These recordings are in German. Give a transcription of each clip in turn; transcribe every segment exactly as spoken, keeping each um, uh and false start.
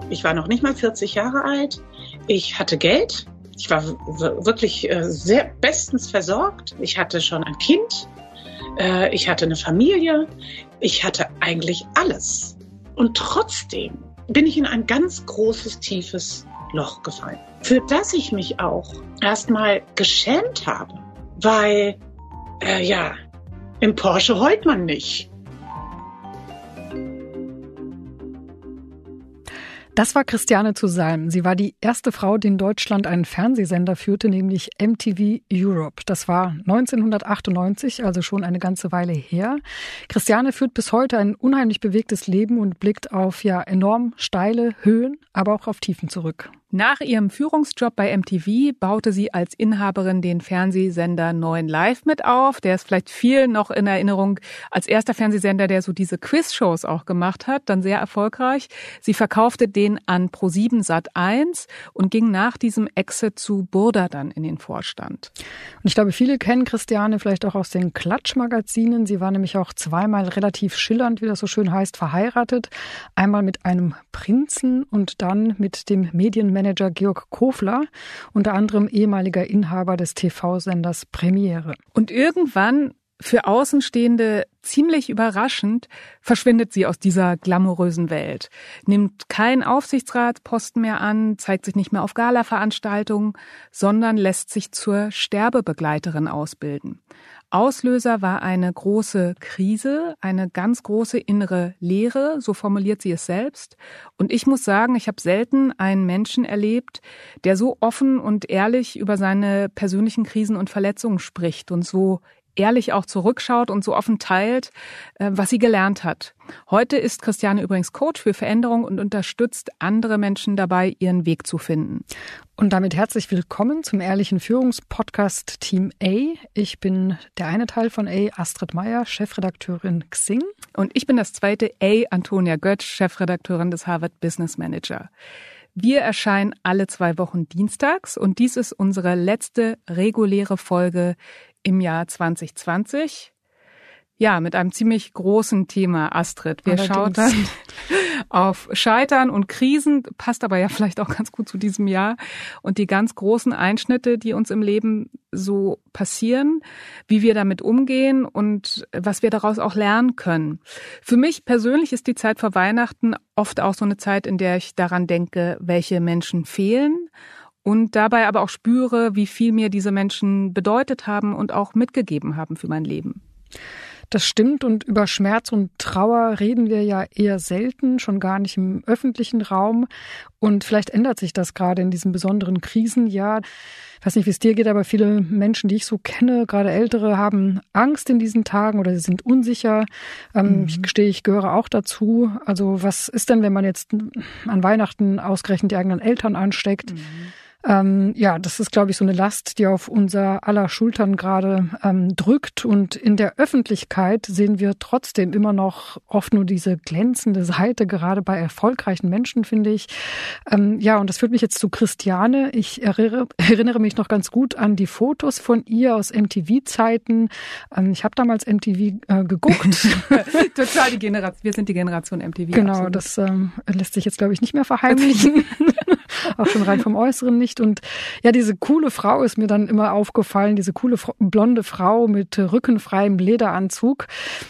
Ich war noch nicht mal vierzig Jahre alt. Ich hatte Geld. Ich war w- wirklich äh, sehr bestens versorgt. Ich hatte schon ein Kind. Äh, ich hatte eine Familie. Ich hatte eigentlich alles. Und trotzdem bin ich in ein ganz großes, tiefes Loch gefallen, für das ich mich auch erstmal geschämt habe, weil, äh, ja, im Porsche heult man nicht. Das war Christiane zu Salm. Sie war die erste Frau, die in Deutschland einen Fernsehsender führte, nämlich M T V Europe. Das war neunzehnhundertachtundneunzig, also schon eine ganze Weile her. Christiane führt bis heute ein unheimlich bewegtes Leben und blickt auf ja enorm steile Höhen, aber auch auf Tiefen zurück. Nach ihrem Führungsjob bei M T V baute sie als Inhaberin den Fernsehsender neun Live mit auf. Der ist vielleicht viel noch in Erinnerung als erster Fernsehsender, der so diese Quizshows auch gemacht hat, dann sehr erfolgreich. Sie verkaufte den an ProSieben Sat eins und ging nach diesem Exit zu Burda dann in den Vorstand. Und ich glaube, viele kennen Christiane vielleicht auch aus den Klatschmagazinen. Sie war nämlich auch zweimal relativ schillernd, wie das so schön heißt, verheiratet. Einmal mit einem Prinzen und dann mit dem Medienmanager Manager Georg Kofler, unter anderem ehemaliger Inhaber des T V-Senders Premiere. Und irgendwann, für Außenstehende ziemlich überraschend, verschwindet sie aus dieser glamourösen Welt, nimmt keinen Aufsichtsratsposten mehr an, zeigt sich nicht mehr auf Gala-Veranstaltungen, sondern lässt sich zur Sterbebegleiterin ausbilden. Auslöser war eine große Krise, eine ganz große innere Leere, so formuliert sie es selbst. Und ich muss sagen, ich habe selten einen Menschen erlebt, der so offen und ehrlich über seine persönlichen Krisen und Verletzungen spricht und so ehrlich auch zurückschaut und so offen teilt, was sie gelernt hat. Heute ist Christiane übrigens Coach für Veränderung und unterstützt andere Menschen dabei, ihren Weg zu finden. Und damit herzlich willkommen zum Ehrlichen Führungspodcast Team A. Ich bin der eine Teil von A, Astrid Meyer, Chefredakteurin Xing. Und ich bin das zweite A, Antonia Götsch, Chefredakteurin des Harvard Business Manager. Wir erscheinen alle zwei Wochen dienstags und dies ist unsere letzte reguläre Folge im Jahr zwanzig zwanzig. Ja, mit einem ziemlich großen Thema, Astrid. Wir schauen dann auf Scheitern und Krisen, passt aber ja vielleicht auch ganz gut zu diesem Jahr, und die ganz großen Einschnitte, die uns im Leben so passieren, wie wir damit umgehen und was wir daraus auch lernen können. Für mich persönlich ist die Zeit vor Weihnachten oft auch so eine Zeit, in der ich daran denke, welche Menschen fehlen, und dabei aber auch spüre, wie viel mir diese Menschen bedeutet haben und auch mitgegeben haben für mein Leben. Das stimmt, und über Schmerz und Trauer reden wir ja eher selten, schon gar nicht im öffentlichen Raum. Und vielleicht ändert sich das gerade in diesem besonderen Krisenjahr. Ich weiß nicht, wie es dir geht, aber viele Menschen, die ich so kenne, gerade Ältere, haben Angst in diesen Tagen oder sie sind unsicher. Ähm, mhm. Ich gestehe, ich gehöre auch dazu. Also was ist denn, wenn man jetzt an Weihnachten ausgerechnet die eigenen Eltern ansteckt? Mhm. Ähm, ja, das ist, glaube ich, so eine Last, die auf unser aller Schultern gerade ähm, drückt. Und in der Öffentlichkeit sehen wir trotzdem immer noch oft nur diese glänzende Seite, gerade bei erfolgreichen Menschen, finde ich. Ähm, ja, und das führt mich jetzt zu Christiane. Ich erinnere, erinnere mich noch ganz gut an die Fotos von ihr aus M T V-Zeiten. Ähm, ich habe damals M T V äh, geguckt. Total die Generation. Wir sind die Generation M T V. Genau, absolut. Das ähm, lässt sich jetzt, glaube ich, nicht mehr verheimlichen. Auch schon rein vom Äußeren nicht. Und ja, diese coole Frau ist mir dann immer aufgefallen, diese coole blonde Frau mit rückenfreiem Lederanzug.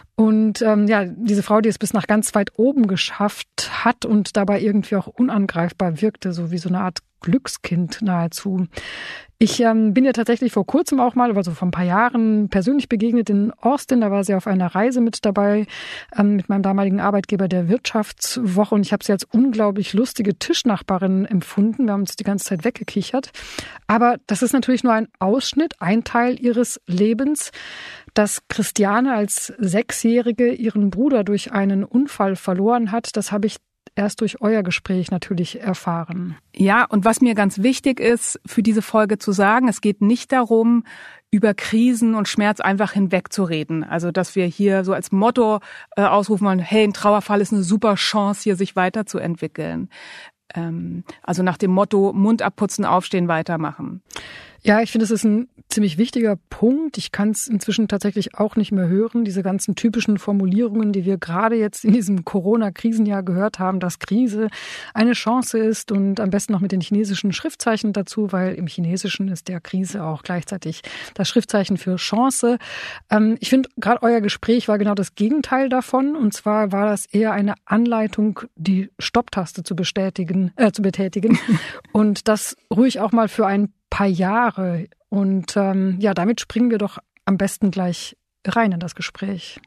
Und ähm, ja, diese Frau, die es bis nach ganz weit oben geschafft hat und dabei irgendwie auch unangreifbar wirkte, so wie so eine Art Glückskind nahezu. Ich ähm, bin ja tatsächlich vor kurzem auch mal, also vor ein paar Jahren, persönlich begegnet in Austin. Da war sie auf einer Reise mit dabei, ähm, mit meinem damaligen Arbeitgeber der Wirtschaftswoche. Und ich habe sie als unglaublich lustige Tischnachbarin empfunden. Wir haben uns die ganze Zeit weggekichert. Aber das ist natürlich nur ein Ausschnitt, ein Teil ihres Lebens. Dass Christiane als Sechsjährige ihren Bruder durch einen Unfall verloren hat, das habe ich erst durch euer Gespräch natürlich erfahren. Ja, und was mir ganz wichtig ist, für diese Folge zu sagen, es geht nicht darum, über Krisen und Schmerz einfach hinwegzureden. Also, dass wir hier so als Motto äh, ausrufen wollen, hey, ein Trauerfall ist eine super Chance, hier sich weiterzuentwickeln. Ähm, also nach dem Motto, Mund abputzen, aufstehen, weitermachen. Ja, ich finde, es ist ein ziemlich wichtiger Punkt. Ich kann es inzwischen tatsächlich auch nicht mehr hören. Diese ganzen typischen Formulierungen, die wir gerade jetzt in diesem Corona-Krisenjahr gehört haben, dass Krise eine Chance ist und am besten noch mit den chinesischen Schriftzeichen dazu, weil im Chinesischen ist der Krise auch gleichzeitig das Schriftzeichen für Chance. Ähm, ich finde, gerade euer Gespräch war genau das Gegenteil davon. Und zwar war das eher eine Anleitung, die Stopptaste zu bestätigen, äh, zu betätigen. Und das ruhig auch mal für ein paar Jahre. Und ähm, ja, damit springen wir doch am besten gleich rein in das Gespräch.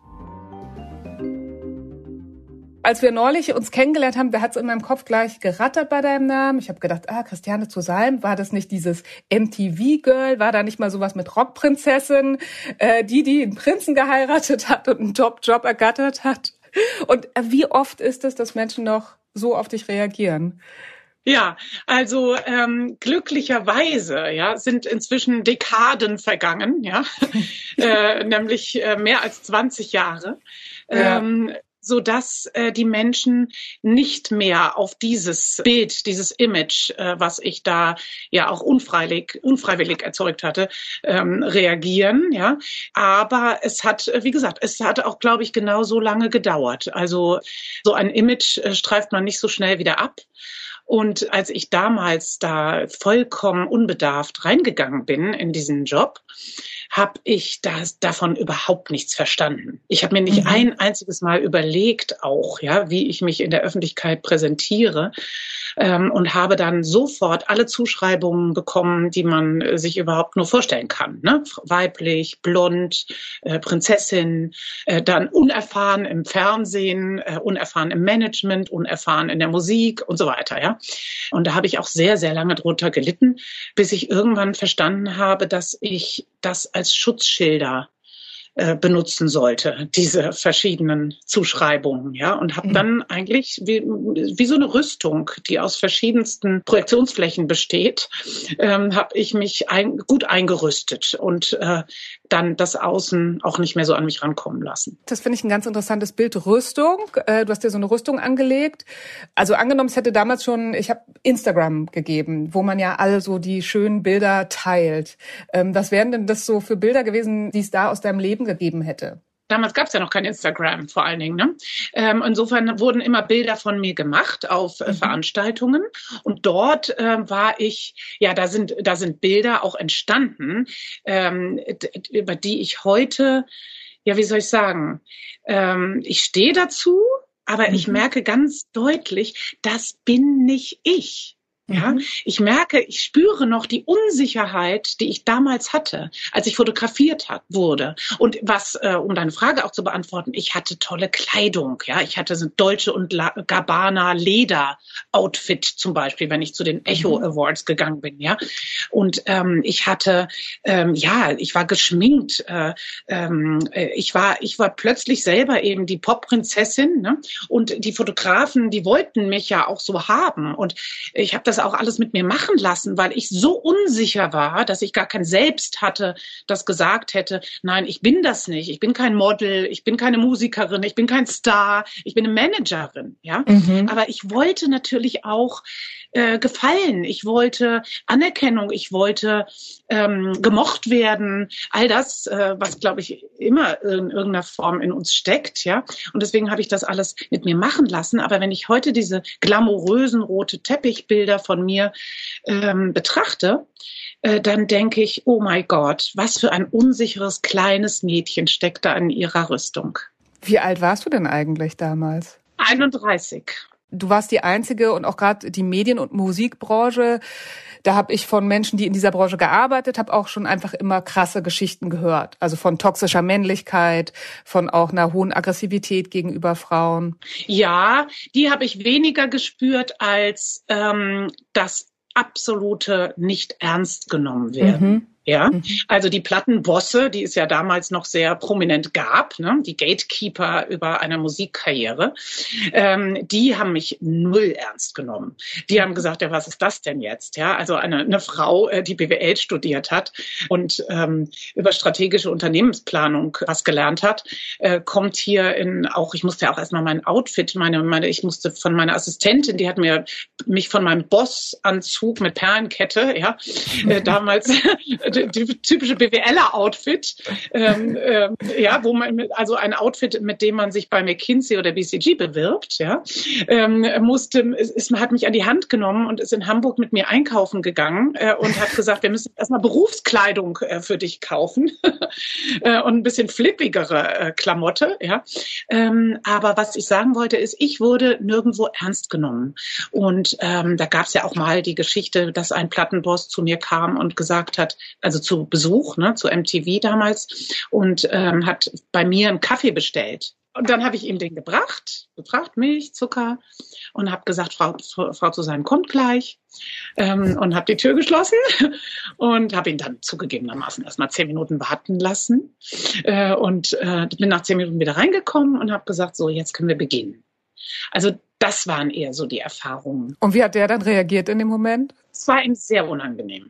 Als wir neulich uns kennengelernt haben, da hat es in meinem Kopf gleich gerattert bei deinem Namen. Ich habe gedacht, ah, Christiane zu Salm, war das nicht dieses M T V-Girl? War da nicht mal sowas mit Rockprinzessin, äh, die, die einen Prinzen geheiratet hat und einen Top-Job ergattert hat? Und äh, wie oft ist es, dass Menschen noch so auf dich reagieren? Ja, also ähm, glücklicherweise ja sind inzwischen Dekaden vergangen, ja, äh, nämlich äh, mehr als zwanzig Jahre, ja. ähm, so dass äh, die Menschen nicht mehr auf dieses Bild, dieses Image, äh, was ich da ja auch unfreiwillig, unfreiwillig erzeugt hatte, ähm, reagieren, ja. Aber es hat, wie gesagt, es hat auch, glaube ich, genau so lange gedauert. Also so ein Image äh, streift man nicht so schnell wieder ab. Und als ich damals da vollkommen unbedarft reingegangen bin in diesen Job, habe ich das, davon überhaupt nichts verstanden. Ich habe mir nicht mhm. ein einziges Mal überlegt auch, ja, wie ich mich in der Öffentlichkeit präsentiere, ähm, und habe dann sofort alle Zuschreibungen bekommen, die man äh, sich überhaupt nur vorstellen kann. Ne? Weiblich, blond, äh, Prinzessin, äh, dann unerfahren im Fernsehen, äh, unerfahren im Management, unerfahren in der Musik und so weiter. Ja, und da habe ich auch sehr, sehr lange drunter gelitten, bis ich irgendwann verstanden habe, dass ich das als Schutzschilder äh, benutzen sollte, diese verschiedenen Zuschreibungen, ja, und habe mhm. dann eigentlich wie, wie so eine Rüstung, die aus verschiedensten Projektionsflächen besteht, ähm, habe ich mich ein, gut eingerüstet und äh, dann das Außen auch nicht mehr so an mich rankommen lassen. Das finde ich ein ganz interessantes Bild, Rüstung. Äh, du hast dir so eine Rüstung angelegt. Also angenommen, es hätte damals schon, ich habe Instagram gegeben, wo man ja alle so die schönen Bilder teilt. Ähm, was wären denn das so für Bilder gewesen, die es da aus deinem Leben gegeben hätte? Damals gab es ja noch kein Instagram vor allen Dingen. Ne? Ähm, insofern wurden immer Bilder von mir gemacht auf äh, mhm. Veranstaltungen. Und dort äh, war ich, ja, da sind, da sind Bilder auch entstanden, ähm, d- über die ich heute, ja, wie soll ich sagen, ähm, ich stehe dazu, aber mhm. ich merke ganz deutlich, das bin nicht ich. Ja, ich merke, ich spüre noch die Unsicherheit, die ich damals hatte, als ich fotografiert hat, wurde. Und was, äh, um deine Frage auch zu beantworten, ich hatte tolle Kleidung. Ja, ich hatte so Dolce und Gabbana Leder Outfit zum Beispiel, wenn ich zu den Echo mhm. Awards gegangen bin. Ja, und ähm, ich hatte, ähm, ja, ich war geschminkt. Äh, ähm, ich war, ich war plötzlich selber eben die Pop-Prinzessin. Ne? Und die Fotografen, die wollten mich ja auch so haben. Und ich habe das auch alles mit mir machen lassen, weil ich so unsicher war, dass ich gar kein Selbst hatte, das gesagt hätte, nein, ich bin das nicht, ich bin kein Model, ich bin keine Musikerin, ich bin kein Star, ich bin eine Managerin, ja. Mhm. Aber ich wollte natürlich auch äh, gefallen, ich wollte Anerkennung, ich wollte ähm, gemocht werden, all das, äh, was, glaube ich, immer in irgendeiner Form in uns steckt, ja. Und deswegen habe ich das alles mit mir machen lassen. Aber wenn ich heute diese glamourösen rote Teppichbilder von mir ähm, betrachte, äh, dann denke ich, oh mein Gott, was für ein unsicheres kleines Mädchen steckt da in ihrer Rüstung. Wie alt warst du denn eigentlich damals? einunddreißig. Du warst die Einzige und auch gerade die Medien- und Musikbranche, da habe ich von Menschen, die in dieser Branche gearbeitet haben, auch schon einfach immer krasse Geschichten gehört. Also von toxischer Männlichkeit, von auch einer hohen Aggressivität gegenüber Frauen. Ja, die habe ich weniger gespürt als ähm, das absolute nicht ernst genommen werden. Mhm. Ja, mhm. Also die Plattenbosse, die es ja damals noch sehr prominent gab, ne, die Gatekeeper über eine Musikkarriere, ähm, die haben mich null ernst genommen. Die haben gesagt, ja, was ist das denn jetzt? Ja, also eine, eine Frau, die B W L studiert hat und ähm, über strategische Unternehmensplanung was gelernt hat, äh, kommt hier in auch, ich musste ja auch erstmal mein Outfit, meine, meine, ich musste von meiner Assistentin, die hat mir mich von meinem Bossanzug mit Perlenkette, ja, äh, damals die typische B W L-Outfit, ähm, ähm, ja, wo man, also ein Outfit, mit dem man sich bei McKinsey oder B C G bewirbt, ja, ähm, musste, ist, hat mich an die Hand genommen und ist in Hamburg mit mir einkaufen gegangen äh, und hat gesagt, wir müssen erstmal Berufskleidung äh, für dich kaufen äh, und ein bisschen flippigere äh, Klamotte, ja. Ähm, aber was ich sagen wollte ist, ich wurde nirgendwo ernst genommen. Und ähm, da gab es ja auch mal die Geschichte, dass ein Plattenboss zu mir kam und gesagt hat, also zu Besuch, ne, zu M T V damals, und ähm, hat bei mir einen Kaffee bestellt. Und dann habe ich ihm den gebracht, gebracht, Milch, Zucker, und habe gesagt, Frau, Frau Susanne kommt gleich, ähm, und habe die Tür geschlossen und habe ihn dann zugegebenermaßen erst mal zehn Minuten warten lassen äh, und äh, bin nach zehn Minuten wieder reingekommen und habe gesagt, so, jetzt können wir beginnen. Also das waren eher so die Erfahrungen. Und wie hat der dann reagiert in dem Moment? Es war ihm sehr unangenehm.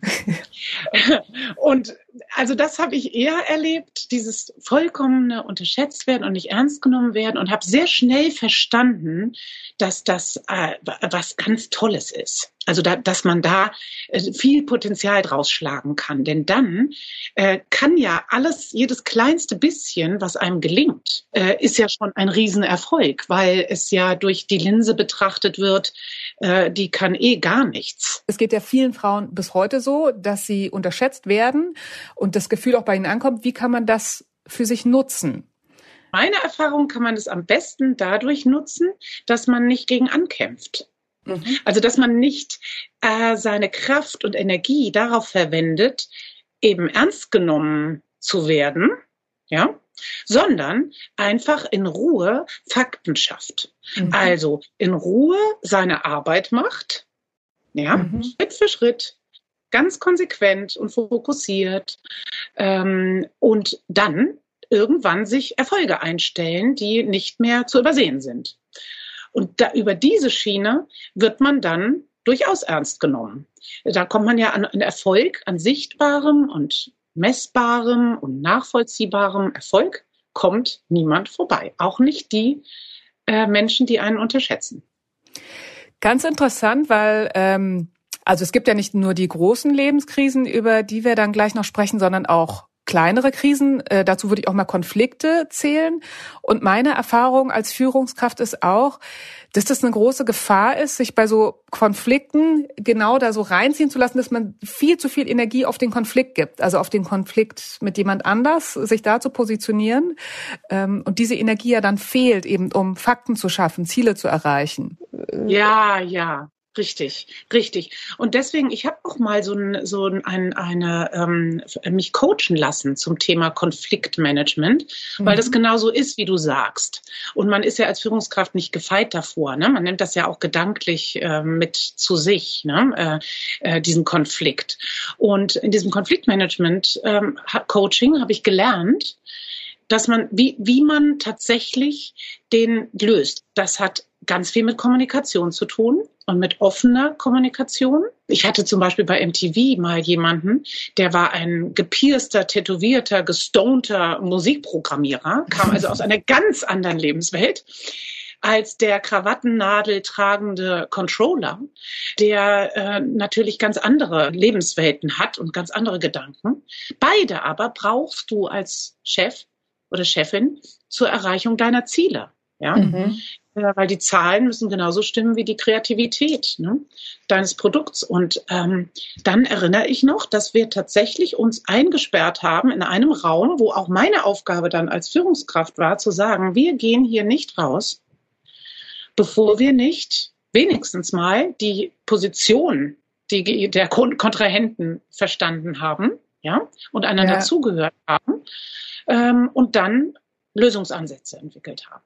Und also das habe ich eher erlebt, dieses vollkommene unterschätzt werden und nicht ernst genommen werden, und habe sehr schnell verstanden, dass das äh, was ganz Tolles ist. Also da, dass man da äh, viel Potenzial draus schlagen kann. Denn dann äh, kann ja alles, jedes kleinste bisschen, was einem gelingt, äh, ist ja schon ein Riesenerfolg, weil es ja durch die Linse betrachtet wird, äh, die kann eh gar nichts. Es geht ja vielen Frauen bis heute so, dass sie unterschätzt werden und das Gefühl auch bei ihnen ankommt. Wie kann man das für sich nutzen? Meiner Erfahrung kann man es am besten dadurch nutzen, dass man nicht gegen ankämpft. Mhm. Also dass man nicht äh, seine Kraft und Energie darauf verwendet, eben ernst genommen zu werden, ja, sondern einfach in Ruhe Fakten schafft. Mhm. Also in Ruhe seine Arbeit macht, ja, mhm. Schritt für Schritt, ganz konsequent und fokussiert, ähm, und dann irgendwann sich Erfolge einstellen, die nicht mehr zu übersehen sind. Und da, über diese Schiene wird man dann durchaus ernst genommen. Da kommt man ja an, an Erfolg, an sichtbarem und messbarem und nachvollziehbarem Erfolg kommt niemand vorbei. Auch nicht die äh, Menschen, die einen unterschätzen. Ganz interessant, weil ähm, also es gibt ja nicht nur die großen Lebenskrisen, über die wir dann gleich noch sprechen, sondern auch kleinere Krisen. Äh, dazu würde ich auch mal Konflikte zählen. Und meine Erfahrung als Führungskraft ist auch, dass das eine große Gefahr ist, sich bei so Konflikten genau da so reinziehen zu lassen, dass man viel zu viel Energie auf den Konflikt gibt. Also auf den Konflikt mit jemand anders, sich da zu positionieren. Ähm, und diese Energie ja dann fehlt, eben um Fakten zu schaffen, Ziele zu erreichen. Ja, ja. Richtig, richtig. Und deswegen, ich habe auch mal so, ein, so ein, eine, ähm, mich coachen lassen zum Thema Konfliktmanagement, mhm. weil das genauso ist, wie du sagst. Und man ist ja als Führungskraft nicht gefeit davor. Ne? Man nimmt das ja auch gedanklich äh, mit zu sich, ne? äh, äh, diesen Konflikt. Und in diesem Konfliktmanagement-Coaching ähm, habe ich gelernt, dass man, wie, wie man tatsächlich den löst. Das hat ganz viel mit Kommunikation zu tun und mit offener Kommunikation. Ich hatte zum Beispiel bei M T V mal jemanden, der war ein gepierster, tätowierter, gestonter Musikprogrammierer, kam also aus einer ganz anderen Lebenswelt als der Krawattennadel tragende Controller, der äh, natürlich ganz andere Lebenswelten hat und ganz andere Gedanken. Beide aber brauchst du als Chef oder Chefin zur Erreichung deiner Ziele. Ja, mhm. äh, weil die Zahlen müssen genauso stimmen wie die Kreativität, ne, deines Produkts. Und ähm, dann erinnere ich noch, dass wir tatsächlich uns eingesperrt haben in einem Raum, wo auch meine Aufgabe dann als Führungskraft war, zu sagen, wir gehen hier nicht raus, bevor wir nicht wenigstens mal die Position die, der Kontrahenten verstanden haben, ja, und einander ja. zugehört haben, ähm, und dann Lösungsansätze entwickelt haben.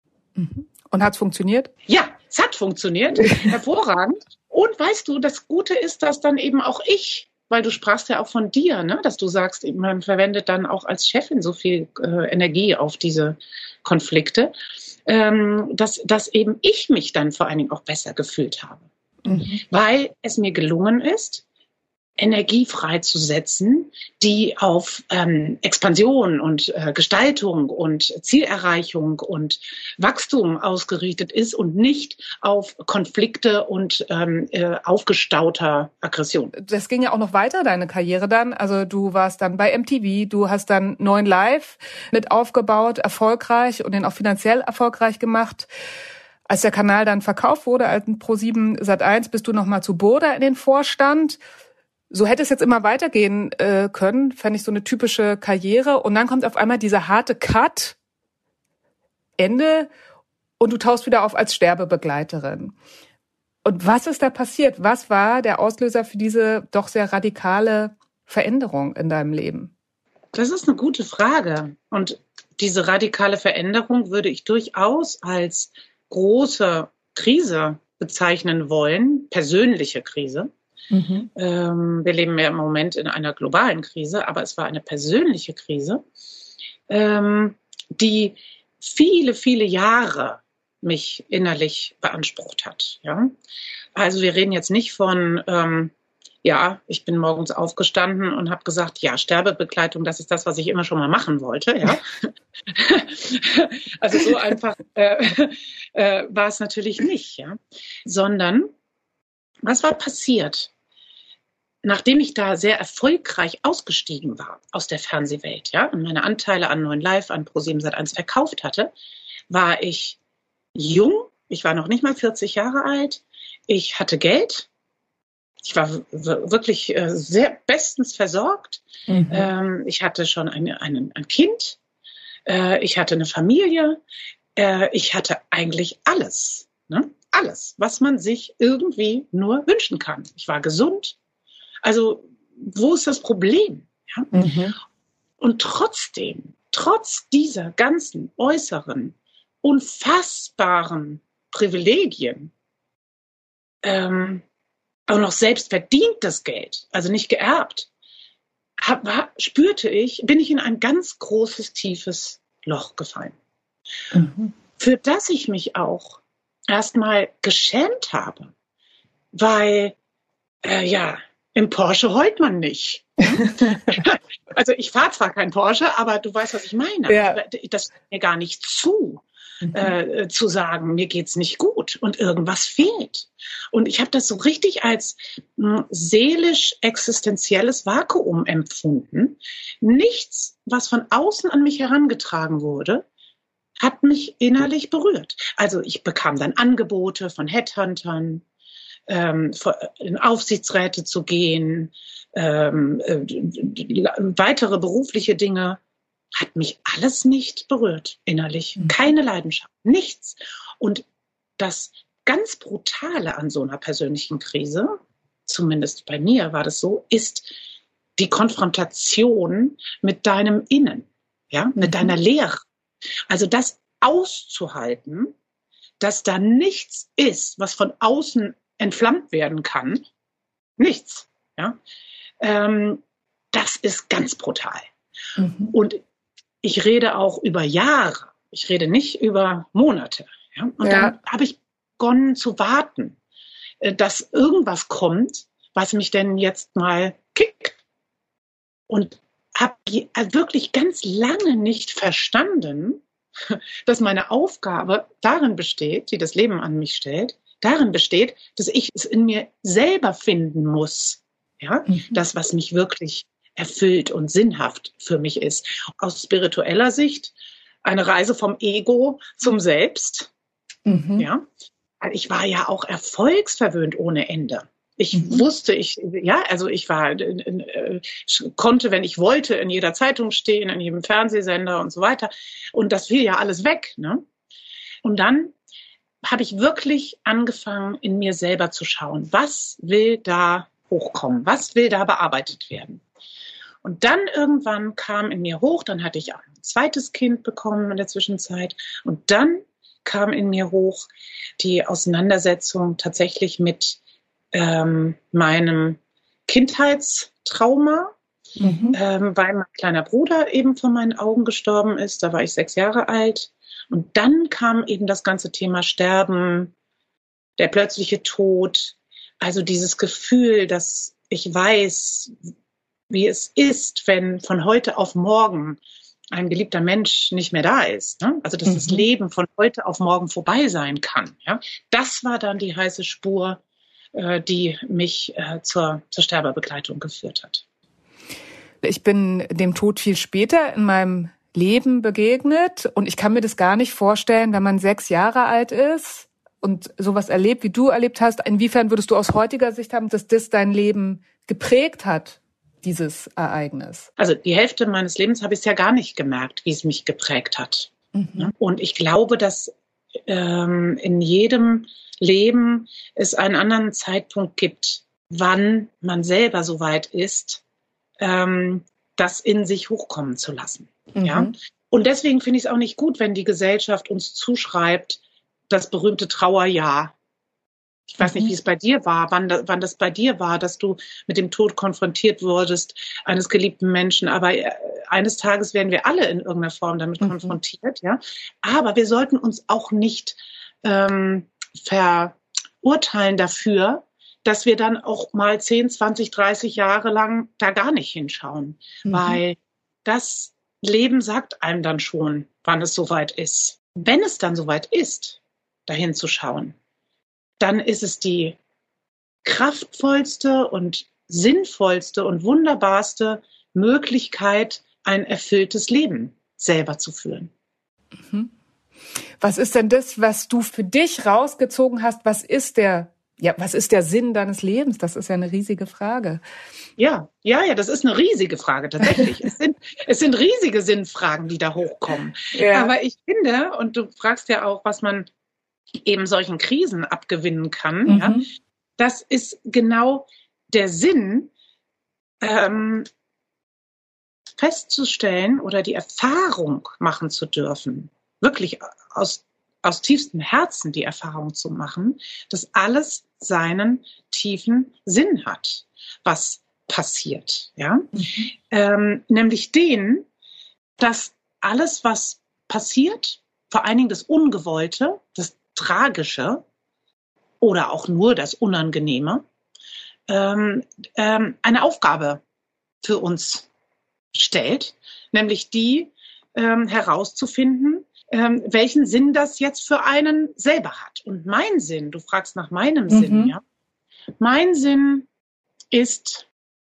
Und hat es funktioniert? Ja, es hat funktioniert. Hervorragend. Und weißt du, das Gute ist, dass dann eben auch ich weil du sprachst ja auch von dir, ne? Dass du sagst, man verwendet dann auch als Chefin so viel äh, Energie auf diese Konflikte, ähm, dass, dass eben ich mich dann vor allen Dingen auch besser gefühlt habe. Mhm. Weil es mir gelungen ist, Energie freizusetzen, die auf ähm, Expansion und äh, Gestaltung und Zielerreichung und Wachstum ausgerichtet ist und nicht auf Konflikte und ähm, äh, aufgestauter Aggression. Das ging ja auch noch weiter, deine Karriere dann. Also du warst dann bei M T V, du hast dann neun Live mit aufgebaut, erfolgreich und den auch finanziell erfolgreich gemacht. Als der Kanal dann verkauft wurde, als ProSieben Sat eins, bist du nochmal zu Burda in den Vorstand. So hätte es jetzt immer weitergehen äh, können, fände ich so eine typische Karriere. Und dann kommt auf einmal dieser harte Cut, Ende, und du tauchst wieder auf als Sterbebegleiterin. Und was ist da passiert? Was war der Auslöser für diese doch sehr radikale Veränderung in deinem Leben? Das ist eine gute Frage. Und diese radikale Veränderung würde ich durchaus als große Krise bezeichnen wollen, persönliche Krise. Mhm. Ähm, wir leben ja im Moment in einer globalen Krise, aber es war eine persönliche Krise, ähm, die viele, viele Jahre mich innerlich beansprucht hat. Ja? Also wir reden jetzt nicht von, ähm, ja, ich bin morgens aufgestanden und habe gesagt, ja, Sterbebegleitung, das ist das, was ich immer schon mal machen wollte. Ja? Also so einfach äh, äh, war es natürlich nicht, ja? Sondern was war passiert? Nachdem ich da sehr erfolgreich ausgestiegen war aus der Fernsehwelt, ja, und meine Anteile an neun Live, an ProSieben Sat eins verkauft hatte, war ich jung. Ich war noch nicht mal vierzig Jahre alt. Ich hatte Geld. Ich war w- wirklich äh, sehr bestens versorgt. Mhm. Ähm, ich hatte schon eine, eine, ein Kind. Äh, ich hatte eine Familie. Äh, ich hatte eigentlich alles, ne? Alles, was man sich irgendwie nur wünschen kann. Ich war gesund. Also, wo ist das Problem? Ja? Mhm. Und trotzdem, trotz dieser ganzen äußeren, unfassbaren Privilegien, ähm, auch noch selbst verdientes Geld, also nicht geerbt, hab, war, spürte ich, bin ich in ein ganz großes, tiefes Loch gefallen. Mhm. Für das ich mich auch erstmal geschämt habe, weil, äh, ja, im Porsche heult man nicht. Also ich fahre zwar kein Porsche, aber du weißt, was ich meine. Ja. Das steht mir gar nicht zu, mhm. äh, zu sagen, mir geht's nicht gut und irgendwas fehlt. Und ich habe das so richtig als mh, seelisch-existenzielles Vakuum empfunden. Nichts, was von außen an mich herangetragen wurde, hat mich innerlich berührt. Also ich bekam dann Angebote von Headhuntern, ähm, in Aufsichtsräte zu gehen, ähm, äh, weitere berufliche Dinge, hat mich alles nicht berührt innerlich. Mhm. Keine Leidenschaft, nichts. Und das ganz Brutale an so einer persönlichen Krise, zumindest bei mir war das so, ist die Konfrontation mit deinem Innen, ja, mit mhm. deiner Leere. Also das auszuhalten, dass da nichts ist, was von außen entflammt werden kann. Nichts. Ja? Ähm, das ist ganz brutal. Mhm. Und ich rede auch über Jahre. Ich rede nicht über Monate. Ja? Und ja. dann habe ich begonnen zu warten, dass irgendwas kommt, was mich denn jetzt mal kickt. Und habe wirklich ganz lange nicht verstanden, dass meine Aufgabe darin besteht, die das Leben an mich stellt, darin besteht, dass ich es in mir selber finden muss. Ja, mhm. das, was mich wirklich erfüllt und sinnhaft für mich ist. Aus spiritueller Sicht eine Reise vom Ego zum Selbst. Mhm. Ja, ich war ja auch erfolgsverwöhnt ohne Ende. Ich mhm. wusste, ich, ja, also ich war, äh, konnte, wenn ich wollte, in jeder Zeitung stehen, in jedem Fernsehsender und so weiter. Und das fiel ja alles weg, ne? Und dann habe ich wirklich angefangen, in mir selber zu schauen. Was will da hochkommen? Was will da bearbeitet werden? Und dann irgendwann kam in mir hoch, dann hatte ich auch ein zweites Kind bekommen in der Zwischenzeit. Und dann kam in mir hoch die Auseinandersetzung tatsächlich mit ähm, meinem Kindheits, Trauma, Mhm. ähm, weil mein kleiner Bruder eben vor meinen Augen gestorben ist. Da war ich sechs Jahre alt. Und dann kam eben das ganze Thema Sterben, der plötzliche Tod. Also dieses Gefühl, dass ich weiß, wie es ist, wenn von heute auf morgen ein geliebter Mensch nicht mehr da ist. Ne? Also dass mhm. das Leben von heute auf morgen vorbei sein kann. Ja? Das war dann die heiße Spur, äh, die mich äh, zur, zur Sterbebegleitung geführt hat. Ich bin dem Tod viel später in meinem Leben begegnet und ich kann mir das gar nicht vorstellen, wenn man sechs Jahre alt ist und sowas erlebt, wie du erlebt hast. Inwiefern würdest du aus heutiger Sicht haben, dass das dein Leben geprägt hat, dieses Ereignis? Also die Hälfte meines Lebens habe ich es ja gar nicht gemerkt, wie es mich geprägt hat. Mhm. Und ich glaube, dass ähm, in jedem Leben es einen anderen Zeitpunkt gibt, wann man selber so weit ist, ähm, das in sich hochkommen zu lassen. Mhm. Ja? Und deswegen finde ich es auch nicht gut, wenn die Gesellschaft uns zuschreibt, das berühmte Trauerjahr. Ich weiß nicht, wie es bei dir war, wann, da, wann das bei dir war, dass du mit dem Tod konfrontiert wurdest, eines geliebten Menschen. Aber eines Tages werden wir alle in irgendeiner Form damit mhm. konfrontiert. Ja? Aber wir sollten uns auch nicht ähm, verurteilen dafür, dass wir dann auch mal zehn, zwanzig, dreißig Jahre lang da gar nicht hinschauen. Mhm. Weil das Leben sagt einem dann schon, wann es soweit ist. Wenn es dann soweit ist, dahin zu schauen, dann ist es die kraftvollste und sinnvollste und wunderbarste Möglichkeit, ein erfülltes Leben selber zu führen. Mhm. Was ist denn das, was du für dich rausgezogen hast? Was ist der, ja, was ist der Sinn deines Lebens? Das ist ja eine riesige Frage. Ja, ja, ja, das ist eine riesige Frage, tatsächlich. es sind, es sind riesige Sinnfragen, die da hochkommen. Ja. Aber ich finde, und du fragst ja auch, was man eben solchen Krisen abgewinnen kann, mhm. ja, das ist genau der Sinn, ähm, festzustellen oder die Erfahrung machen zu dürfen, wirklich aus, aus tiefstem Herzen die Erfahrung zu machen, dass alles seinen tiefen Sinn hat, was passiert, ja, mhm. ähm, nämlich den, dass alles, was passiert, vor allen Dingen das Ungewollte, das Tragische oder auch nur das Unangenehme, ähm, ähm, eine Aufgabe für uns stellt, nämlich die ähm, herauszufinden, ähm, welchen Sinn das jetzt für einen selber hat. Und mein Sinn, du fragst nach meinem mhm. Sinn, ja, mein Sinn ist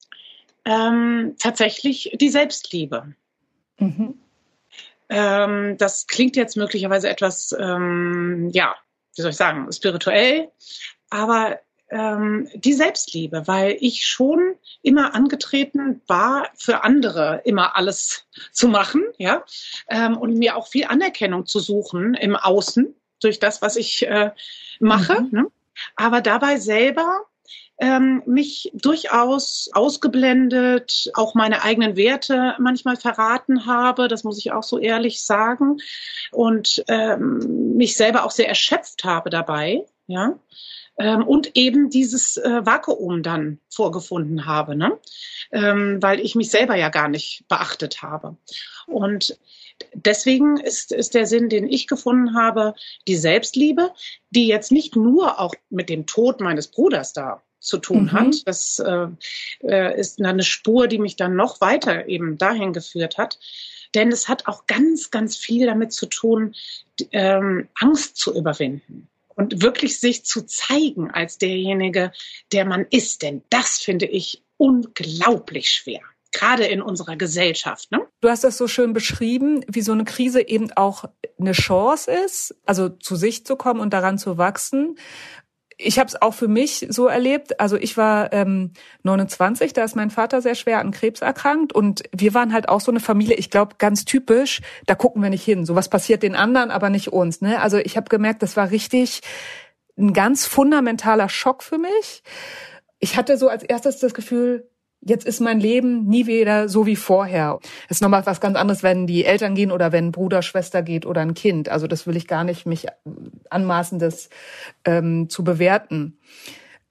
ähm, tatsächlich die Selbstliebe. Mhm. Ähm, das klingt jetzt möglicherweise etwas, ähm, ja, wie soll ich sagen, spirituell, aber ähm, die Selbstliebe, weil ich schon immer angetreten war, für andere immer alles zu machen, ja, ähm, und mir auch viel Anerkennung zu suchen im Außen durch das, was ich äh, mache, mhm. ne? Aber dabei selber ähm, mich durchaus ausgeblendet, auch meine eigenen Werte manchmal verraten habe, das muss ich auch so ehrlich sagen, und ähm, mich selber auch sehr erschöpft habe dabei, ja, ähm, und eben dieses äh, Vakuum dann vorgefunden habe, ne, ähm, weil ich mich selber ja gar nicht beachtet habe. Und deswegen ist, ist der Sinn, den ich gefunden habe, die Selbstliebe, die jetzt nicht nur auch mit dem Tod meines Bruders da zu tun mhm. hat. Das äh, ist eine Spur, die mich dann noch weiter eben dahin geführt hat. Denn es hat auch ganz, ganz viel damit zu tun, ähm, Angst zu überwinden und wirklich sich zu zeigen als derjenige, der man ist. Denn das finde ich unglaublich schwer. Gerade in unserer Gesellschaft, ne? Du hast das so schön beschrieben, wie so eine Krise eben auch eine Chance ist, also zu sich zu kommen und daran zu wachsen. Ich habe es auch für mich so erlebt. Also ich war ähm, neunundzwanzig, da ist mein Vater sehr schwer an Krebs erkrankt und wir waren halt auch so eine Familie, ich glaube ganz typisch, da gucken wir nicht hin. Sowas passiert den anderen, aber nicht uns. Ne? Also ich habe gemerkt, das war richtig ein ganz fundamentaler Schock für mich. Ich hatte so als erstes das Gefühl, jetzt ist mein Leben nie wieder so wie vorher. Es ist nochmal was ganz anderes, wenn die Eltern gehen oder wenn ein Bruder, Schwester geht oder ein Kind. Also das will ich gar nicht mich anmaßen, das ähm, zu bewerten.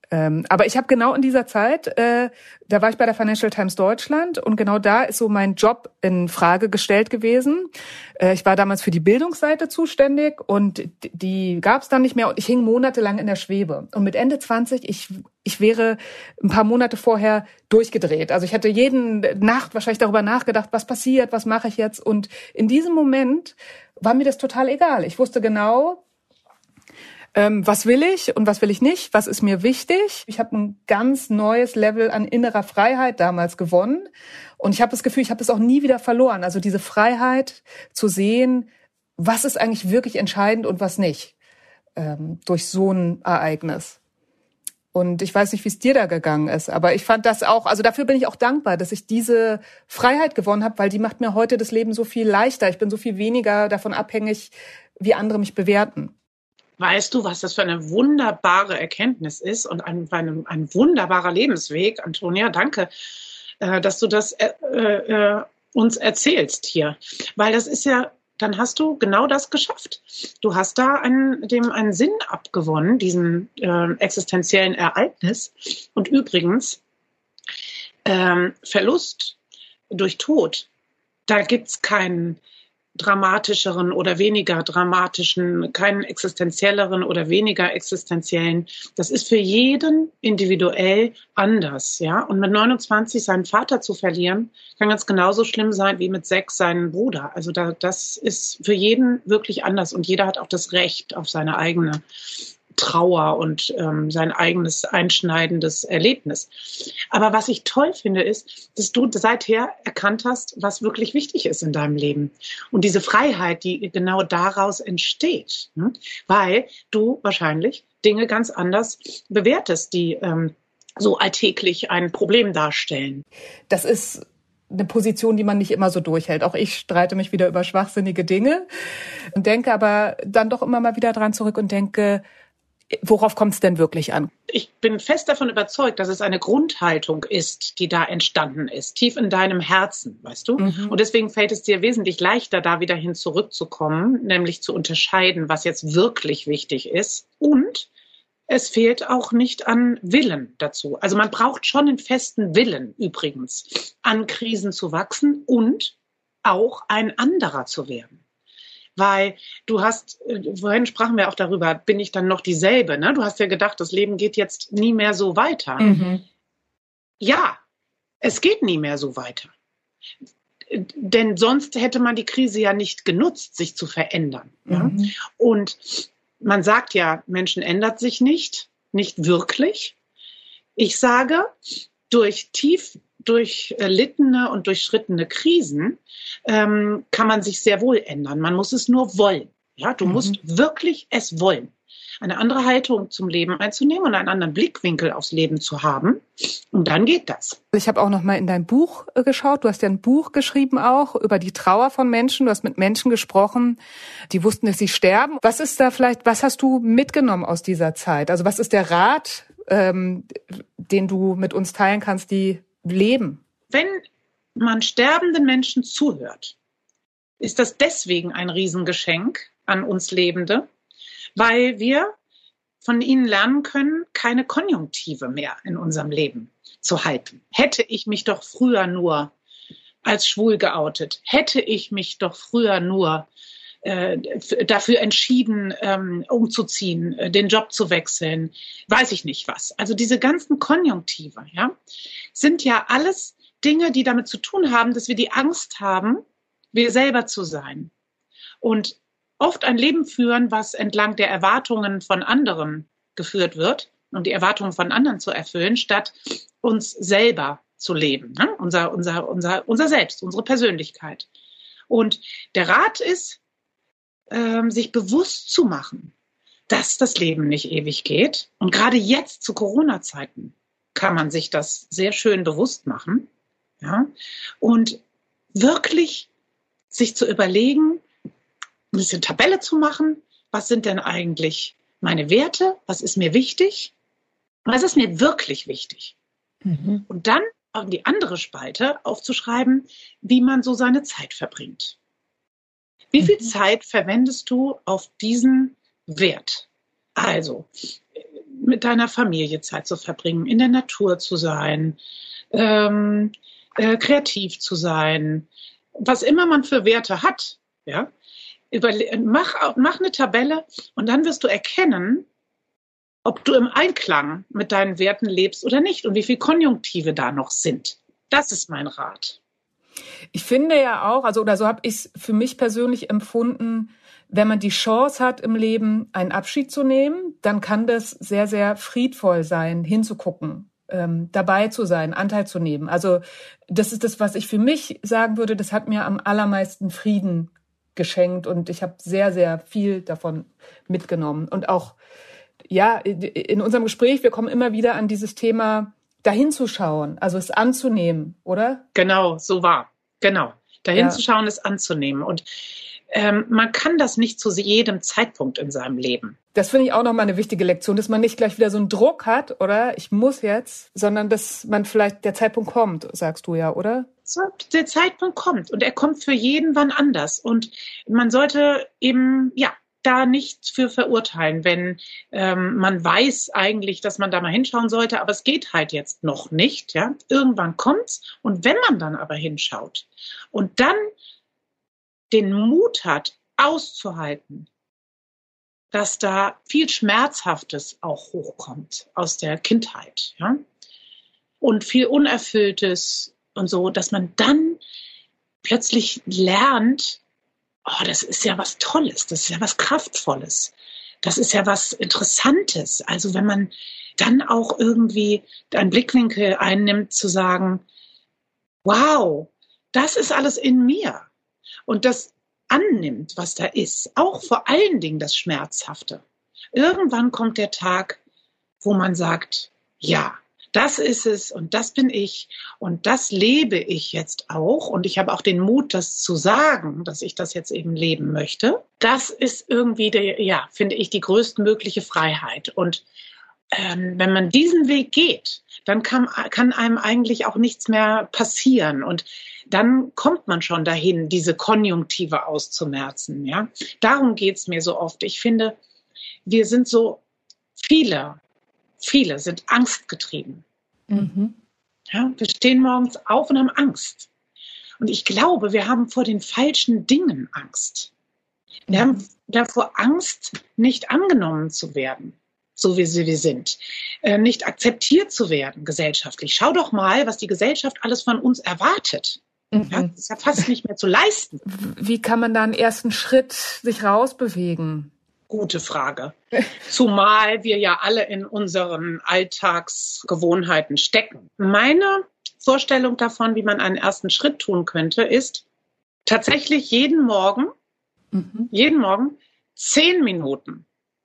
Ähm, aber ich habe genau in dieser Zeit, äh, da war ich bei der Financial Times Deutschland und genau da ist so mein Job in Frage gestellt gewesen. Äh, ich war damals für die Bildungsseite zuständig und die, die gab es dann nicht mehr und ich hing monatelang in der Schwebe. Und mit Ende zwanzig, ich ich wäre ein paar Monate vorher durchgedreht. Also ich hatte jede Nacht wahrscheinlich darüber nachgedacht, was passiert, was mache ich jetzt. Und in diesem Moment war mir das total egal. Ich wusste genau, Ähm, was will ich und was will ich nicht? Was ist mir wichtig? Ich habe ein ganz neues Level an innerer Freiheit damals gewonnen. Und ich habe das Gefühl, ich habe es auch nie wieder verloren. Also diese Freiheit zu sehen, was ist eigentlich wirklich entscheidend und was nicht, ähm, durch so ein Ereignis. Und ich weiß nicht, wie es dir da gegangen ist, aber ich fand das auch, also dafür bin ich auch dankbar, dass ich diese Freiheit gewonnen habe, weil die macht mir heute das Leben so viel leichter. Ich bin so viel weniger davon abhängig, wie andere mich bewerten. Weißt du, was das für eine wunderbare Erkenntnis ist und ein, ein, ein wunderbarer Lebensweg, Antonia, danke, äh, dass du das äh, äh, uns erzählst hier. Weil das ist ja, dann hast du genau das geschafft. Du hast da einen, dem einen Sinn abgewonnen, diesem äh, existenziellen Ereignis. Und übrigens, ähm, Verlust durch Tod, da gibt's keinen dramatischeren oder weniger dramatischen, keinen existenzielleren oder weniger existenziellen. Das ist für jeden individuell anders, ja. Und mit neunundzwanzig seinen Vater zu verlieren, kann ganz genauso schlimm sein wie mit sechs seinen Bruder. Also da, das ist für jeden wirklich anders und jeder hat auch das Recht auf seine eigene Trauer und ähm, sein eigenes einschneidendes Erlebnis. Aber was ich toll finde, ist, dass du seither erkannt hast, was wirklich wichtig ist in deinem Leben. Und diese Freiheit, die genau daraus entsteht. Ne? Weil du wahrscheinlich Dinge ganz anders bewertest, die ähm, so alltäglich ein Problem darstellen. Das ist eine Position, die man nicht immer so durchhält. Auch ich streite mich wieder über schwachsinnige Dinge und denke aber dann doch immer mal wieder dran zurück und denke, worauf kommt es denn wirklich an? Ich bin fest davon überzeugt, dass es eine Grundhaltung ist, die da entstanden ist, tief in deinem Herzen, weißt du? Mhm. Und deswegen fällt es dir wesentlich leichter, da wieder hin zurückzukommen, nämlich zu unterscheiden, was jetzt wirklich wichtig ist. Und es fehlt auch nicht an Willen dazu. Also man braucht schon einen festen Willen übrigens, an Krisen zu wachsen und auch ein anderer zu werden. Weil du hast, vorhin sprachen wir auch darüber, bin ich dann noch dieselbe, ne? Du hast ja gedacht, das Leben geht jetzt nie mehr so weiter. Mhm. Ja, es geht nie mehr so weiter. Denn sonst hätte man die Krise ja nicht genutzt, sich zu verändern. Mhm. Ja? Und man sagt ja, Menschen ändert sich nicht, nicht wirklich. Ich sage, durch tief durchlittene und durchschrittene Krisen ähm, kann man sich sehr wohl ändern. Man muss es nur wollen. Ja, du mhm. musst wirklich es wollen. Eine andere Haltung zum Leben einzunehmen und einen anderen Blickwinkel aufs Leben zu haben. Und dann geht das. Ich habe auch noch mal in dein Buch geschaut. Du hast ja ein Buch geschrieben auch über die Trauer von Menschen. Du hast mit Menschen gesprochen, die wussten, dass sie sterben. Was ist da vielleicht, was hast du mitgenommen aus dieser Zeit? Also was ist der Rat, ähm, den du mit uns teilen kannst, die leben? Wenn man sterbenden Menschen zuhört, ist das deswegen ein Riesengeschenk an uns Lebende, weil wir von ihnen lernen können, keine Konjunktive mehr in unserem Leben zu halten. Hätte ich mich doch früher nur als schwul geoutet, hätte ich mich doch früher nur äh, dafür entschieden, ähm, umzuziehen, äh, den Job zu wechseln, weiß ich nicht was. Also diese ganzen Konjunktive, ja, sind ja alles Dinge, die damit zu tun haben, dass wir die Angst haben, wir selber zu sein. Und oft ein Leben führen, was entlang der Erwartungen von anderen geführt wird und die Erwartungen von anderen zu erfüllen, statt uns selber zu leben, ne? unser, unser, unser, unser Selbst, unsere Persönlichkeit. Und der Rat ist, ähm, sich bewusst zu machen, dass das Leben nicht ewig geht. Und gerade jetzt zu Corona-Zeiten kann man sich das sehr schön bewusst machen. Ja? Und wirklich sich zu überlegen, ein bisschen Tabelle zu machen, was sind denn eigentlich meine Werte, was ist mir wichtig, was ist mir wirklich wichtig. Mhm. Und dann auf die andere Spalte aufzuschreiben, wie man so seine Zeit verbringt. Wie viel mhm. Zeit verwendest du auf diesen Wert? Also, mit deiner Familie Zeit zu verbringen, in der Natur zu sein, ähm, äh, kreativ zu sein, was immer man für Werte hat, ja, Überle- mach, mach eine Tabelle und dann wirst du erkennen, ob du im Einklang mit deinen Werten lebst oder nicht und wie viele Konjunktive da noch sind. Das ist mein Rat. Ich finde ja auch, also oder so habe ich es für mich persönlich empfunden, wenn man die Chance hat im Leben, einen Abschied zu nehmen, dann kann das sehr, sehr friedvoll sein, hinzugucken, ähm, dabei zu sein, Anteil zu nehmen. Also das ist das, was ich für mich sagen würde, das hat mir am allermeisten Frieden geschenkt und ich habe sehr, sehr viel davon mitgenommen. Und auch, ja, in unserem Gespräch, wir kommen immer wieder an dieses Thema, dahin zu schauen, also es anzunehmen, oder? Genau, so war. Genau. Dahin Ja. zu schauen, es anzunehmen. Und ähm, man kann das nicht zu jedem Zeitpunkt in seinem Leben. Das finde ich auch nochmal eine wichtige Lektion, dass man nicht gleich wieder so einen Druck hat, oder? Ich muss jetzt, sondern dass man vielleicht, der Zeitpunkt kommt, sagst du ja, oder? So, der Zeitpunkt kommt und er kommt für jeden wann anders. Und man sollte eben, ja, da nicht für verurteilen, wenn ähm, man weiß eigentlich, dass man da mal hinschauen sollte, aber es geht halt jetzt noch nicht. Ja? Irgendwann kommt's und wenn man dann aber hinschaut und dann den Mut hat, auszuhalten, dass da viel Schmerzhaftes auch hochkommt aus der Kindheit, ja? Und viel Unerfülltes und so, dass man dann plötzlich lernt, oh, das ist ja was Tolles, das ist ja was Kraftvolles, das ist ja was Interessantes. Also wenn man dann auch irgendwie einen Blickwinkel einnimmt, zu sagen, wow, das ist alles in mir und das annimmt, was da ist, auch vor allen Dingen das Schmerzhafte. Irgendwann kommt der Tag, wo man sagt, ja, das ist es und das bin ich und das lebe ich jetzt auch und ich habe auch den Mut, das zu sagen, dass ich das jetzt eben leben möchte. Das ist irgendwie, der, ja, finde ich, die größtmögliche Freiheit. Und ähm, wenn man diesen Weg geht, dann kann, kann einem eigentlich auch nichts mehr passieren und dann kommt man schon dahin, diese Konjunktive auszumerzen. Ja? Darum geht's mir so oft. Ich finde, wir sind so viele, viele sind angstgetrieben. Mhm. Ja, wir stehen morgens auf und haben Angst. Und ich glaube, wir haben vor den falschen Dingen Angst. Wir Mhm. haben davor Angst, nicht angenommen zu werden, so wie sie wir sind, äh, nicht akzeptiert zu werden gesellschaftlich. Schau doch mal, was die Gesellschaft alles von uns erwartet. Mhm. Ja, das ist ja fast nicht mehr zu leisten. Wie kann man da einen ersten Schritt sich rausbewegen? Gute Frage. Zumal wir ja alle in unseren Alltagsgewohnheiten stecken. Meine Vorstellung davon, wie man einen ersten Schritt tun könnte, ist tatsächlich jeden Morgen, Mhm. jeden Morgen zehn Minuten.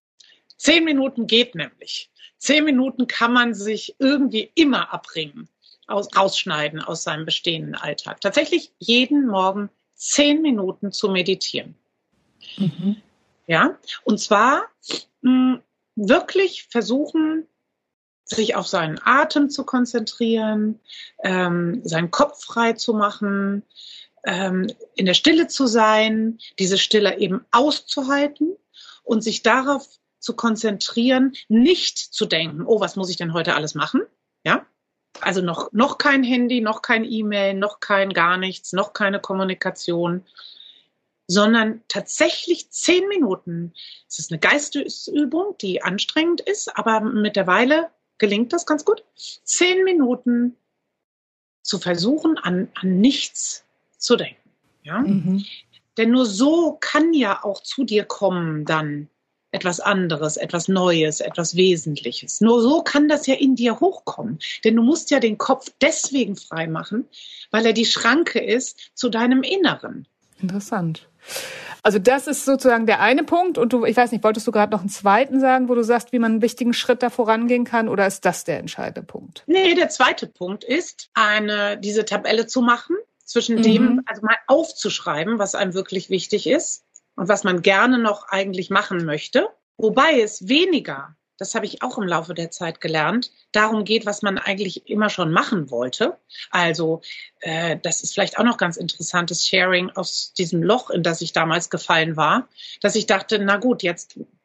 Zehn Minuten geht nämlich. Zehn Minuten kann man sich irgendwie immer abbringen, aus, rausschneiden aus seinem bestehenden Alltag. Tatsächlich jeden Morgen zehn Minuten zu meditieren. Mhm. Ja, und zwar mh, wirklich versuchen, sich auf seinen Atem zu konzentrieren, ähm, seinen Kopf frei zu machen, ähm, in der Stille zu sein, diese Stille eben auszuhalten und sich darauf zu konzentrieren, nicht zu denken, oh, was muss ich denn heute alles machen? Ja, also noch, noch kein Handy, noch kein E-Mail, noch kein gar nichts, noch keine Kommunikation, sondern tatsächlich zehn Minuten. Es ist eine Geistesübung, die anstrengend ist, aber mittlerweile gelingt das ganz gut. Zehn Minuten zu versuchen, an, an nichts zu denken. Ja? Mhm. Denn nur so kann ja auch zu dir kommen dann etwas anderes, etwas Neues, etwas Wesentliches. Nur so kann das ja in dir hochkommen. Denn du musst ja den Kopf deswegen frei machen, weil er die Schranke ist zu deinem Inneren. Interessant. Also das ist sozusagen der eine Punkt. Und du, ich weiß nicht, wolltest du gerade noch einen zweiten sagen, wo du sagst, wie man einen wichtigen Schritt da vorangehen kann? Oder ist das der entscheidende Punkt? Nee, der zweite Punkt ist, eine, diese Tabelle zu machen, zwischen Mhm. dem, also mal aufzuschreiben, was einem wirklich wichtig ist und was man gerne noch eigentlich machen möchte. Wobei es weniger, das habe ich auch im Laufe der Zeit gelernt, darum geht, was man eigentlich immer schon machen wollte. Also äh, das ist vielleicht auch noch ganz interessantes Sharing aus diesem Loch, in das ich damals gefallen war, dass ich dachte, na gut, jetzt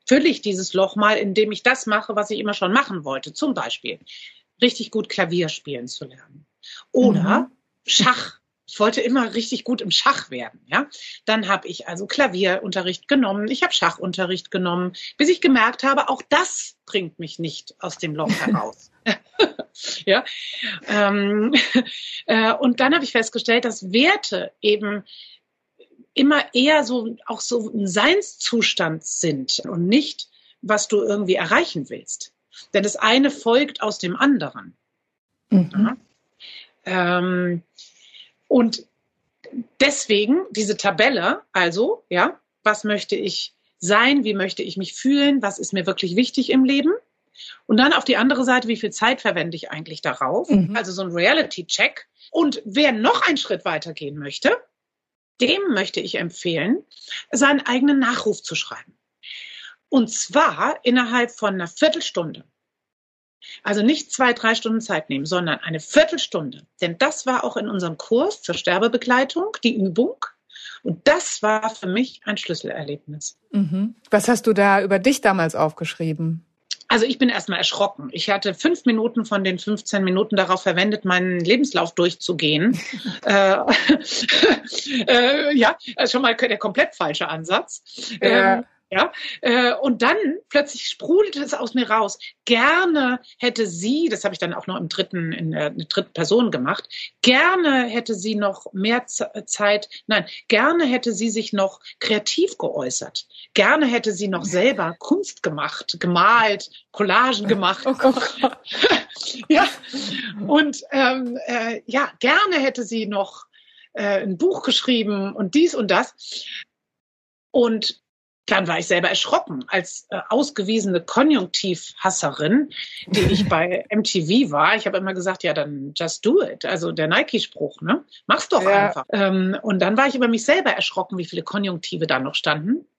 fülle ich dieses Loch mal, indem ich das mache, was ich immer schon machen wollte. Zum Beispiel richtig gut Klavier spielen zu lernen. Oder mhm. Schach. Ich wollte immer richtig gut im Schach werden. Ja, dann habe ich also Klavierunterricht genommen. Ich habe Schachunterricht genommen, bis ich gemerkt habe, auch das bringt mich nicht aus dem Loch heraus. ja, ähm, äh, und dann habe ich festgestellt, dass Werte eben immer eher so auch so ein Seinszustand sind und nicht, was du irgendwie erreichen willst. Denn das eine folgt aus dem anderen. Mhm. Ja? Ähm, und deswegen diese Tabelle, also, ja, was möchte ich sein, wie möchte ich mich fühlen, was ist mir wirklich wichtig im Leben? Und dann auf die andere Seite, wie viel Zeit verwende ich eigentlich darauf? Mhm. Also so ein Reality-Check. Und wer noch einen Schritt weitergehen möchte, dem möchte ich empfehlen, seinen eigenen Nachruf zu schreiben. Und zwar innerhalb von einer Viertelstunde. Also nicht zwei, drei Stunden Zeit nehmen, sondern eine Viertelstunde. Denn das war auch in unserem Kurs zur Sterbebegleitung die Übung. Und das war für mich ein Schlüsselerlebnis. Mhm. Was hast du da über dich damals aufgeschrieben? Also ich bin erstmal erschrocken. Ich hatte fünf Minuten von den fünfzehn Minuten darauf verwendet, meinen Lebenslauf durchzugehen. äh, äh, ja, schon mal der komplett falsche Ansatz. Ja. Ähm, Ja, äh, und dann plötzlich sprudelte es aus mir raus. Gerne hätte sie, das habe ich dann auch noch im dritten, in der, in der dritten Person gemacht, gerne hätte sie noch mehr Z- Zeit, nein, gerne hätte sie sich noch kreativ geäußert. Gerne hätte sie noch selber Kunst gemacht, gemalt, Collagen gemacht. Oh Gott. ja, und ähm, äh, ja, gerne hätte sie noch äh, ein Buch geschrieben und dies und das. Und dann war ich selber erschrocken als äh, ausgewiesene Konjunktivhasserin, die ich bei M T V war. Ich habe immer gesagt, ja, dann just do it. Also der Nike-Spruch, ne? Mach's doch ja. einfach. Ähm, und dann war ich über mich selber erschrocken, wie viele Konjunktive da noch standen.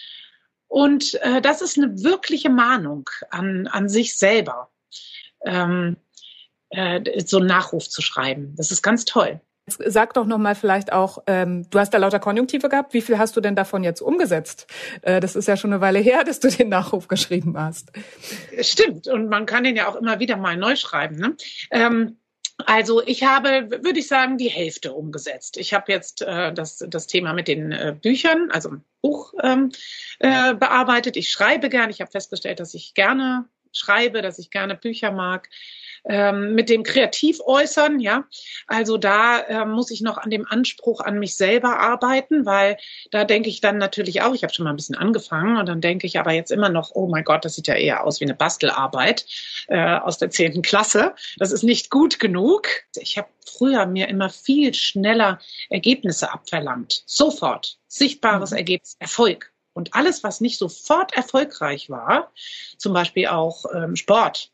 Und äh, das ist eine wirkliche Mahnung an, an sich selber, ähm, äh, so einen Nachruf zu schreiben. Das ist ganz toll. Sag doch nochmal vielleicht auch, ähm, du hast da lauter Konjunktive gehabt, wie viel hast du denn davon jetzt umgesetzt? Äh, das ist ja schon eine Weile her, dass du den Nachruf geschrieben hast. Stimmt, und man kann den ja auch immer wieder mal neu schreiben. Ne? Ähm, also ich habe, würde ich sagen, die Hälfte umgesetzt. Ich habe jetzt äh, das, das Thema mit den äh, Büchern, also ein Buch ähm, äh, bearbeitet. Ich schreibe gerne. Ich habe festgestellt, dass ich gerne schreibe, dass ich gerne Bücher mag. Ähm, mit dem Kreativäußern, ja, also da äh, muss ich noch an dem Anspruch an mich selber arbeiten, weil da denke ich dann natürlich auch, ich habe schon mal ein bisschen angefangen und dann denke ich aber jetzt immer noch, oh mein Gott, das sieht ja eher aus wie eine Bastelarbeit äh, aus der zehnten Klasse. Das ist nicht gut genug. Ich habe früher mir immer viel schneller Ergebnisse abverlangt. Sofort, sichtbares mhm. Ergebnis, Erfolg. Und alles, was nicht sofort erfolgreich war, zum Beispiel auch ähm, Sport,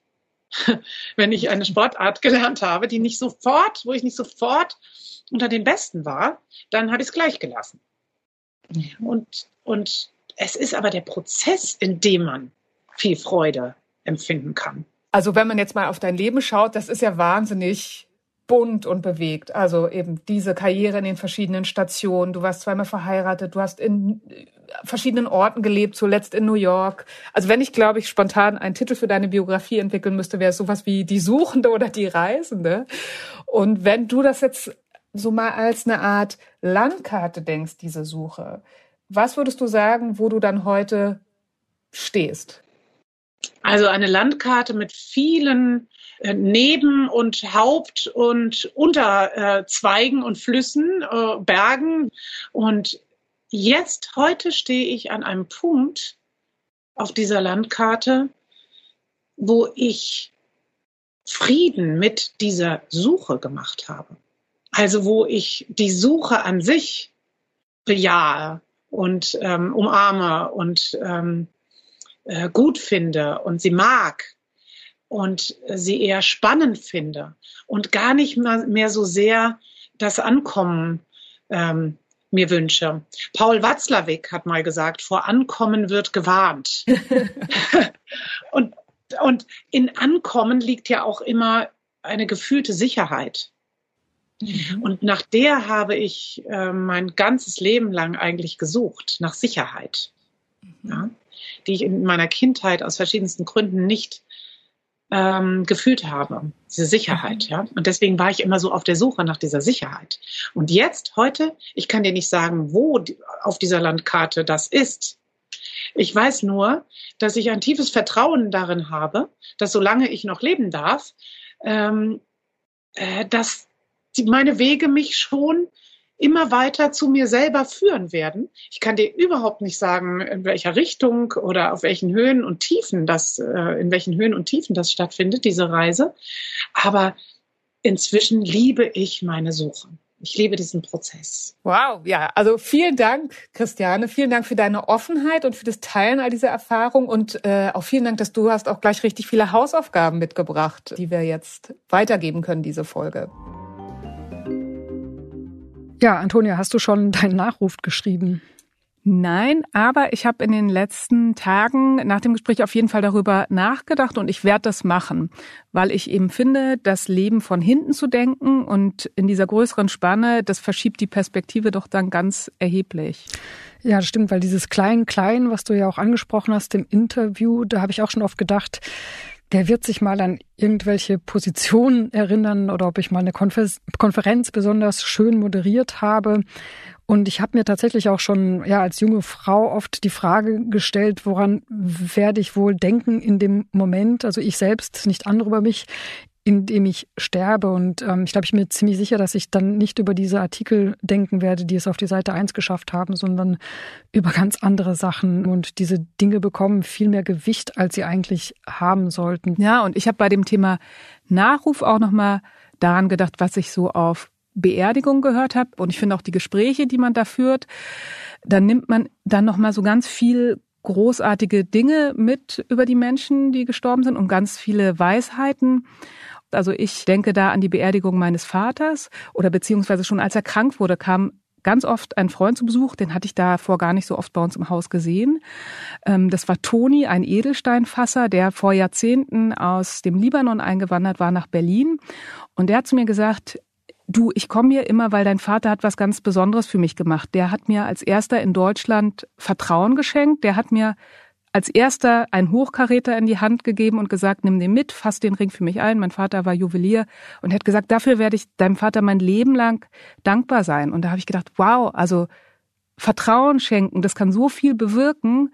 wenn ich eine Sportart gelernt habe, die nicht sofort, wo ich nicht sofort unter den Besten war, dann habe ich es gleich gelassen. Mhm. Und, und es ist aber der Prozess, in dem man viel Freude empfinden kann. Also wenn man jetzt mal auf dein Leben schaut, das ist ja wahnsinnig bunt und bewegt. Also eben diese Karriere in den verschiedenen Stationen. Du warst zweimal verheiratet, du hast in verschiedenen Orten gelebt, zuletzt in New York. Also wenn ich, glaube ich, spontan einen Titel für deine Biografie entwickeln müsste, wäre es sowas wie Die Suchende oder Die Reisende. Und wenn du das jetzt so mal als eine Art Landkarte denkst, diese Suche, was würdest du sagen, wo du dann heute stehst? Also eine Landkarte mit vielen äh, Neben- und Haupt- und Unterzweigen äh, und Flüssen, äh, Bergen. Und jetzt, heute stehe ich an einem Punkt auf dieser Landkarte, wo ich Frieden mit dieser Suche gemacht habe. Also wo ich die Suche an sich bejahe und ähm, umarme und ähm, äh, gut finde und sie mag und sie eher spannend finde und gar nicht mehr, mehr so sehr das Ankommen ähm, mir wünsche. Paul Watzlawick hat mal gesagt, vor Ankommen wird gewarnt. und, und in Ankommen liegt ja auch immer eine gefühlte Sicherheit. Mhm. Und nach der habe ich äh, mein ganzes Leben lang eigentlich gesucht, nach Sicherheit. Mhm. Ja? die ich in meiner Kindheit aus verschiedensten Gründen nicht ähm, gefühlt habe. Diese Sicherheit, ja. Und deswegen war ich immer so auf der Suche nach dieser Sicherheit. Und jetzt, heute, ich kann dir nicht sagen, wo die, auf dieser Landkarte das ist. Ich weiß nur, dass ich ein tiefes Vertrauen darin habe, dass solange ich noch leben darf, ähm, äh, dass die, meine Wege mich schon immer weiter zu mir selber führen werden. Ich kann dir überhaupt nicht sagen, in welcher Richtung oder auf welchen Höhen und Tiefen das, äh, in welchen Höhen und Tiefen das stattfindet, diese Reise. Aber inzwischen liebe ich meine Suche. Ich liebe diesen Prozess. Wow, ja, also vielen Dank, Christiane. Vielen Dank für deine Offenheit und für das Teilen all dieser Erfahrungen und äh, auch vielen Dank, dass du hast auch gleich richtig viele Hausaufgaben mitgebracht, die wir jetzt weitergeben können, diese Folge. Ja, Antonia, hast du schon deinen Nachruf geschrieben? Nein, aber ich habe in den letzten Tagen nach dem Gespräch auf jeden Fall darüber nachgedacht und ich werde das machen, weil ich eben finde, das Leben von hinten zu denken und in dieser größeren Spanne, das verschiebt die Perspektive doch dann ganz erheblich. Ja, das stimmt, weil dieses Klein-Klein, was du ja auch angesprochen hast im Interview, da habe ich auch schon oft gedacht, der wird sich mal an irgendwelche Positionen erinnern oder ob ich mal eine Konferenz besonders schön moderiert habe. Und ich habe mir tatsächlich auch schon ja als junge Frau oft die Frage gestellt, woran werde ich wohl denken in dem Moment, also ich selbst, nicht andere über mich, in dem ich sterbe. Und ähm, ich glaube, ich bin mir ziemlich sicher, dass ich dann nicht über diese Artikel denken werde, die es auf die Seite eins geschafft haben, sondern über ganz andere Sachen. Und diese Dinge bekommen viel mehr Gewicht, als sie eigentlich haben sollten. Ja, und ich habe bei dem Thema Nachruf auch nochmal daran gedacht, was ich so auf Beerdigung gehört habe. Und ich finde auch die Gespräche, die man da führt, da nimmt man dann nochmal so ganz viel großartige Dinge mit über die Menschen, die gestorben sind und ganz viele Weisheiten. Also ich denke da an die Beerdigung meines Vaters oder beziehungsweise schon als er krank wurde, kam ganz oft ein Freund zu Besuch, den hatte ich davor gar nicht so oft bei uns im Haus gesehen. Das war Toni, ein Edelsteinfasser, der vor Jahrzehnten aus dem Libanon eingewandert war nach Berlin. Und der hat zu mir gesagt, du, ich komme hier immer, weil dein Vater hat was ganz Besonderes für mich gemacht. Der hat mir als erster in Deutschland Vertrauen geschenkt. Der hat mir als erster einen Hochkaräter in die Hand gegeben und gesagt, nimm den mit, fass den Ring für mich ein. Mein Vater war Juwelier und hat gesagt, dafür werde ich deinem Vater mein Leben lang dankbar sein. Und da habe ich gedacht, wow, also Vertrauen schenken, das kann so viel bewirken.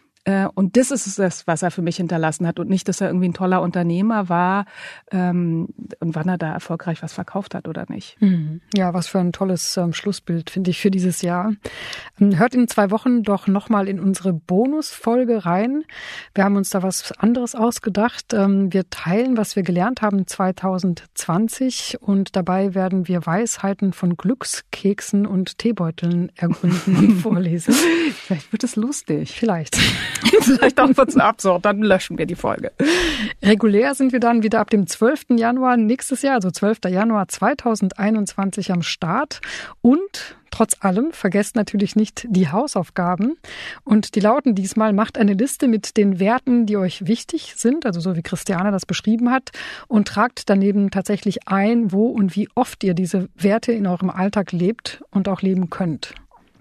Und das ist es, was er für mich hinterlassen hat und nicht, dass er irgendwie ein toller Unternehmer war ähm, und wann er da erfolgreich was verkauft hat oder nicht. Ja, was für ein tolles ähm, Schlussbild, finde ich, für dieses Jahr. Hört in zwei Wochen doch nochmal in unsere Bonusfolge rein. Wir haben uns da was anderes ausgedacht. Ähm, wir teilen, was wir gelernt haben zwanzig zwanzig und dabei werden wir Weisheiten von Glückskeksen und Teebeuteln ergründen und vorlesen. Vielleicht wird es lustig. Vielleicht. Vielleicht auch kurz absurd, dann löschen wir die Folge. Regulär sind wir dann wieder ab dem zwölften Januar nächstes Jahr, also zwölften Januar zweitausendeinundzwanzig am Start. Und trotz allem vergesst natürlich nicht die Hausaufgaben. Und die lauten diesmal, macht eine Liste mit den Werten, die euch wichtig sind, also so wie Christiane das beschrieben hat, und tragt daneben tatsächlich ein, wo und wie oft ihr diese Werte in eurem Alltag lebt und auch leben könnt.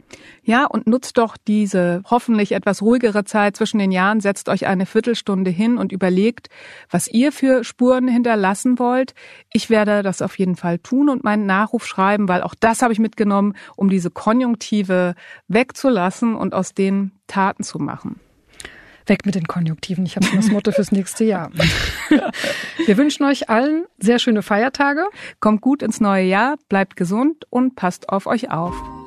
Ja, und nutzt doch diese hoffentlich etwas ruhigere Zeit zwischen den Jahren, setzt euch eine Viertelstunde hin und überlegt, was ihr für Spuren hinterlassen wollt. Ich werde das auf jeden Fall tun und meinen Nachruf schreiben, weil auch das habe ich mitgenommen, um diese Konjunktive wegzulassen und aus denen Taten zu machen. Weg mit den Konjunktiven. Ich habe schon das Motto fürs nächste Jahr. Wir wünschen euch allen sehr schöne Feiertage. Kommt gut ins neue Jahr, bleibt gesund und passt auf euch auf.